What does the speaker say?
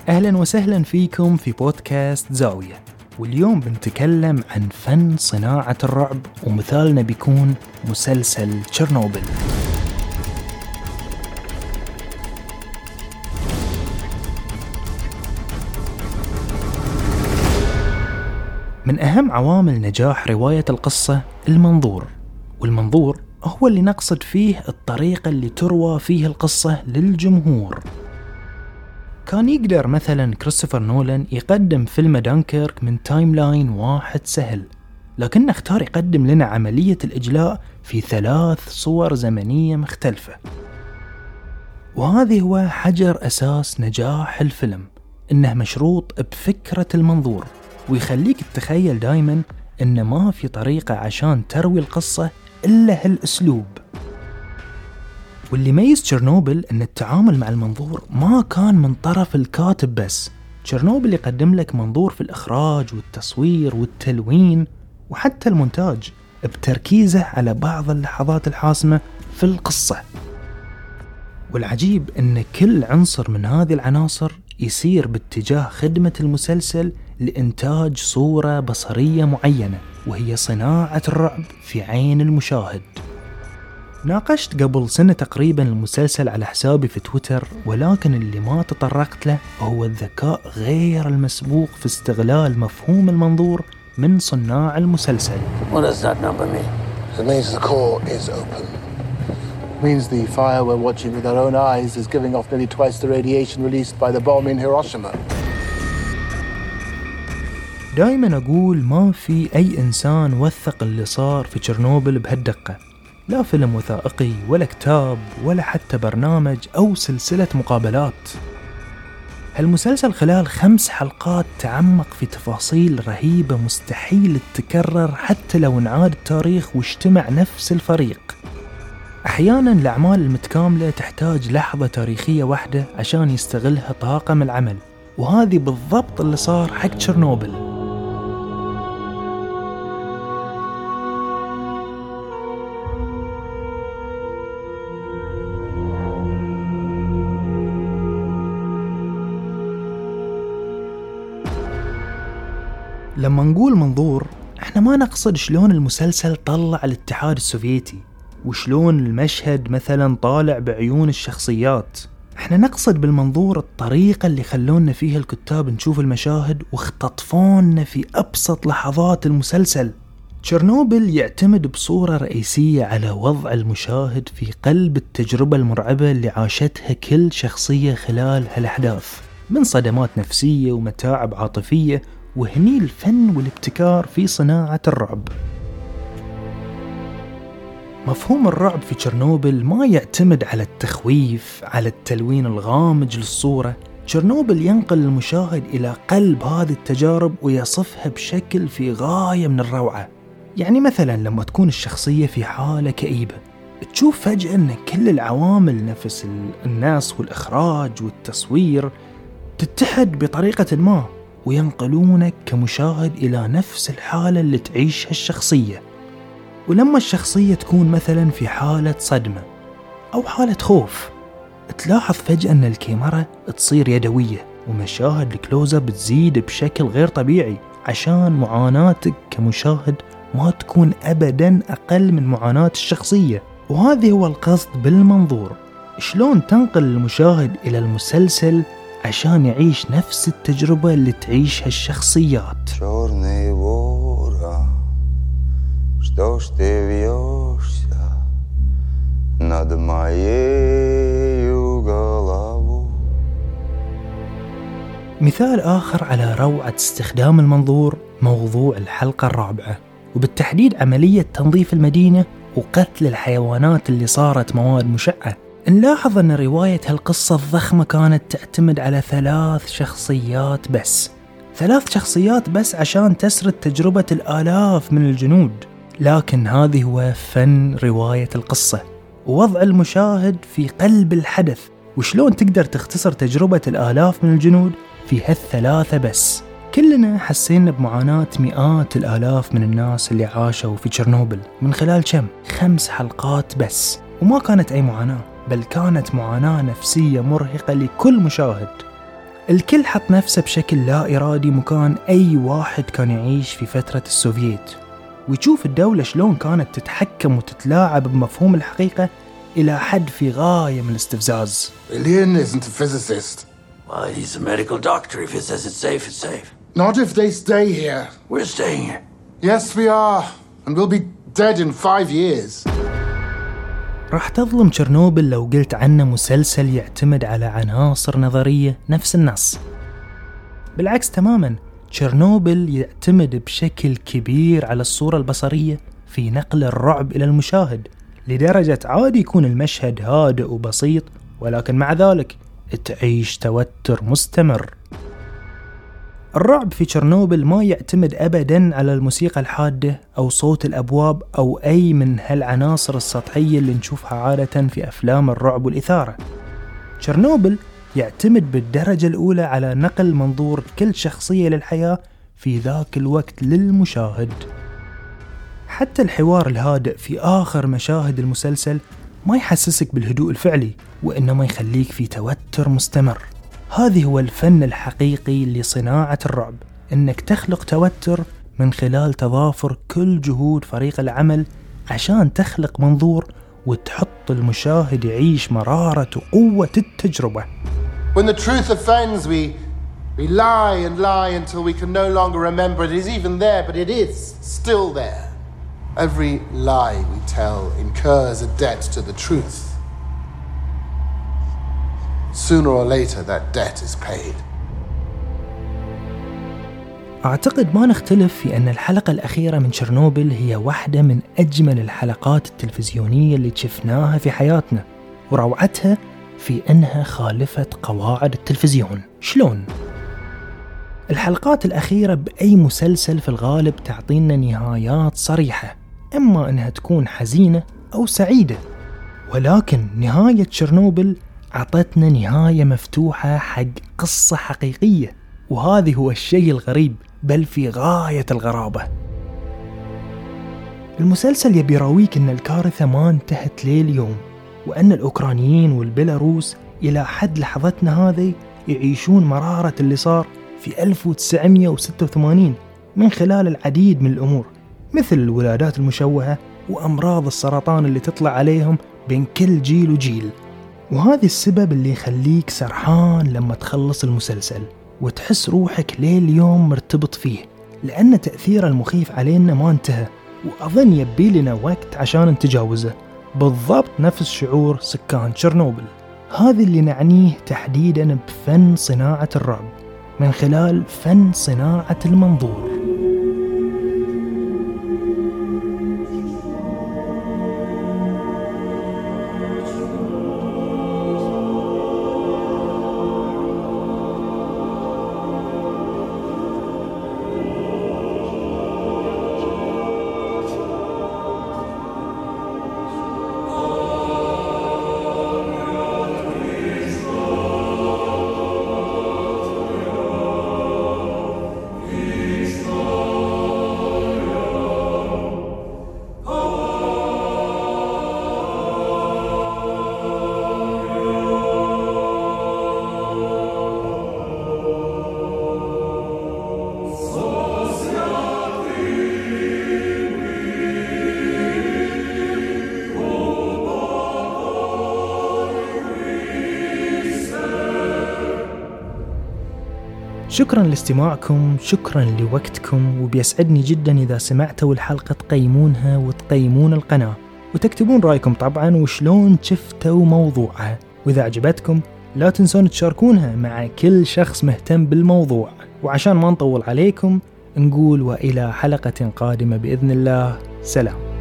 أهلا وسهلا فيكم في بودكاست زاوية، واليوم بنتكلم عن فن صناعة الرعب، ومثالنا بيكون مسلسل تشيرنوبل. من أهم عوامل نجاح رواية القصة المنظور، والمنظور هو اللي نقصد فيه الطريقة اللي تروى فيه القصة للجمهور. كان يقدر مثلا كريستوفر نولان يقدم فيلم دانكيرك من تايم لاين واحد سهل، لكنه اختار يقدم لنا عملية الإجلاء في 3 صور زمنية مختلفة. وهذه هو حجر أساس نجاح الفيلم، إنه مشروط بفكرة المنظور، ويخليك تتخيل دايما إن ما في طريقة عشان تروي القصة إلا هالأسلوب. واللي يميز تشيرنوبل إن التعامل مع المنظور ما كان من طرف الكاتب بس. تشيرنوبل يقدم لك منظور في الإخراج والتصوير والتلوين وحتى المونتاج، بتركيزه على بعض اللحظات الحاسمة في القصة. والعجيب إن كل عنصر من هذه العناصر يسير باتجاه خدمة المسلسل لإنتاج صورة بصرية معينة، وهي صناعة الرعب في عين المشاهد. ناقشت قبل سنة تقريبا المسلسل على حسابي في تويتر، ولكن اللي ما تطرقت له هو الذكاء غير المسبوق في استغلال مفهوم المنظور من صناع المسلسل. What does that number mean? It means the core is open. It means the fire we're watching with our own eyes is giving off nearly twice the radiation released by the bomb in Hiroshima. دائما أقول ما في أي إنسان وثق اللي صار في تشيرنوبل بهالدقة، لا فيلم وثائقي ولا كتاب ولا حتى برنامج أو سلسلة مقابلات. هالمسلسل خلال 5 حلقات تعمق في تفاصيل رهيبة مستحيل تتكرر حتى لو انعاد التاريخ واجتمع نفس الفريق. أحيانا الأعمال المتكاملة تحتاج لحظة تاريخية واحدة عشان يستغلها طاقم العمل، وهذه بالضبط اللي صار حق تشيرنوبل. لما نقول منظور، احنا ما نقصد شلون المسلسل طلع الاتحاد السوفيتي وشلون المشهد مثلا طالع بعيون الشخصيات. احنا نقصد بالمنظور الطريقة اللي خلونا فيها الكتاب نشوف المشاهد واختطفونا في أبسط لحظات المسلسل. تشيرنوبل يعتمد بصورة رئيسية على وضع المشاهد في قلب التجربة المرعبة اللي عاشتها كل شخصية خلال هالأحداث، من صدمات نفسية ومتاعب عاطفية، وهني الفن والابتكار في صناعة الرعب. مفهوم الرعب في تشيرنوبل ما يعتمد على التخويف، على التلوين الغامج للصورة. تشيرنوبل ينقل المشاهد إلى قلب هذه التجارب ويصفها بشكل في غاية من الروعة. يعني مثلا لما تكون الشخصية في حالة كئيبة، تشوف فجأة أن كل العوامل نفس الناس والإخراج والتصوير تتحد بطريقة ما، وينقلونك كمشاهد إلى نفس الحالة اللي تعيشها الشخصية. ولما الشخصية تكون مثلا في حالة صدمة أو حالة خوف، تلاحظ فجأة أن الكاميرا تصير يدوية، ومشاهد الكلوزاب تزيد بشكل غير طبيعي عشان معاناتك كمشاهد ما تكون أبدا أقل من معاناة الشخصية. وهذا هو القصد بالمنظور، شلون تنقل المشاهد إلى المسلسل عشان يعيش نفس التجربة اللي تعيشها الشخصيات. مثال آخر على روعة استخدام المنظور موضوع الحلقة الرابعة، وبالتحديد عملية تنظيف المدينة وقتل الحيوانات اللي صارت مواد مشعة. نلاحظ أن رواية هالقصة الضخمة كانت تعتمد على 3 شخصيات بس، 3 شخصيات بس عشان تسرد تجربة الآلاف من الجنود. لكن هذه هو فن رواية القصة، ووضع المشاهد في قلب الحدث، وشلون تقدر تختصر تجربة الآلاف من الجنود في هال3 بس. كلنا حسينا بمعاناة مئات الآلاف من الناس اللي عاشوا في تشيرنوبل من خلال 5 حلقات بس، وما كانت أي معاناة، بل كانت معاناة نفسية مرهقة لكل مشاهد. الكل حط نفسه بشكل لا إرادي مكان أي واحد كان يعيش في فترة السوفييت، ويشوف الدولة شلون كانت تتحكم وتتلاعب بمفهوم الحقيقة إلى حد في غاية من الاستفزاز. Ilyin isn't a physicist. Well, he's a medical doctor. If he says it's safe, it's safe. Not if they stay here. We're staying here. Yes, we are. And we'll be dead in 5 years. راح تظلم تشيرنوبل لو قلت عنه مسلسل يعتمد على عناصر نظرية نفس النص. بالعكس تماما، تشيرنوبل يعتمد بشكل كبير على الصورة البصرية في نقل الرعب إلى المشاهد، لدرجة عادي يكون المشهد هادئ وبسيط، ولكن مع ذلك تعيش توتر مستمر. الرعب في تشيرنوبل ما يعتمد أبدا على الموسيقى الحادة أو صوت الأبواب أو أي من هالعناصر السطحية اللي نشوفها عادة في أفلام الرعب والإثارة. تشيرنوبل يعتمد بالدرجة الأولى على نقل منظور كل شخصية للحياة في ذاك الوقت للمشاهد. حتى الحوار الهادئ في آخر مشاهد المسلسل ما يحسسك بالهدوء الفعلي، وإنما يخليك في توتر مستمر. هذه هو الفن الحقيقي لصناعة الرعب، إنك تخلق توتر من خلال تضافر كل جهود فريق العمل عشان تخلق منظور وتحط المشاهد يعيش مرارة وقوة التجربة. When the truth offends, we lie and lie until we can no longer remember it is even there, but it is still there. Every lie we tell incurs a debt to the truth. Sooner or later, that debt is paid. أعتقد ما نختلف في أن الحلقة الأخيرة من تشيرنوبل هي واحدة من أجمل الحلقات التلفزيونية اللي شفناها في حياتنا، وروعتها في أنها خالفت قواعد التلفزيون. شلون؟ الحلقات الأخيرة بأي مسلسل في الغالب تعطينا نهايات صريحة، إما أنها تكون حزينة أو سعيدة، ولكن نهاية تشيرنوبل عطتنا نهاية مفتوحة حق قصة حقيقية، وهذا هو الشيء الغريب بل في غاية الغرابة. المسلسل يبي يراويك أن الكارثة ما انتهت ليه اليوم، وأن الأوكرانيين والبيلاروس إلى حد لحظتنا هذه يعيشون مرارة اللي صار في 1986 من خلال العديد من الأمور، مثل الولادات المشوهة وأمراض السرطان اللي تطلع عليهم بين كل جيل وجيل. وهذا السبب اللي يخليك سرحان لما تخلص المسلسل وتحس روحك ليل يوم مرتبط فيه، لأن تأثير المخيف علينا ما انتهى، وأظن يبي لنا وقت عشان نتجاوزه، بالضبط نفس شعور سكان تشيرنوبل. هذا اللي نعنيه تحديدا بفن صناعة الرعب من خلال فن صناعة المنظور. شكرا لاستماعكم، شكرا لوقتكم، وبيسعدني جدا إذا سمعتوا الحلقة تقيمونها وتقيمون القناة وتكتبون رأيكم طبعا وشلون شفتوا موضوعها، وإذا عجبتكم لا تنسون تشاركونها مع كل شخص مهتم بالموضوع. وعشان ما نطول عليكم نقول وإلى حلقة قادمة بإذن الله، سلام.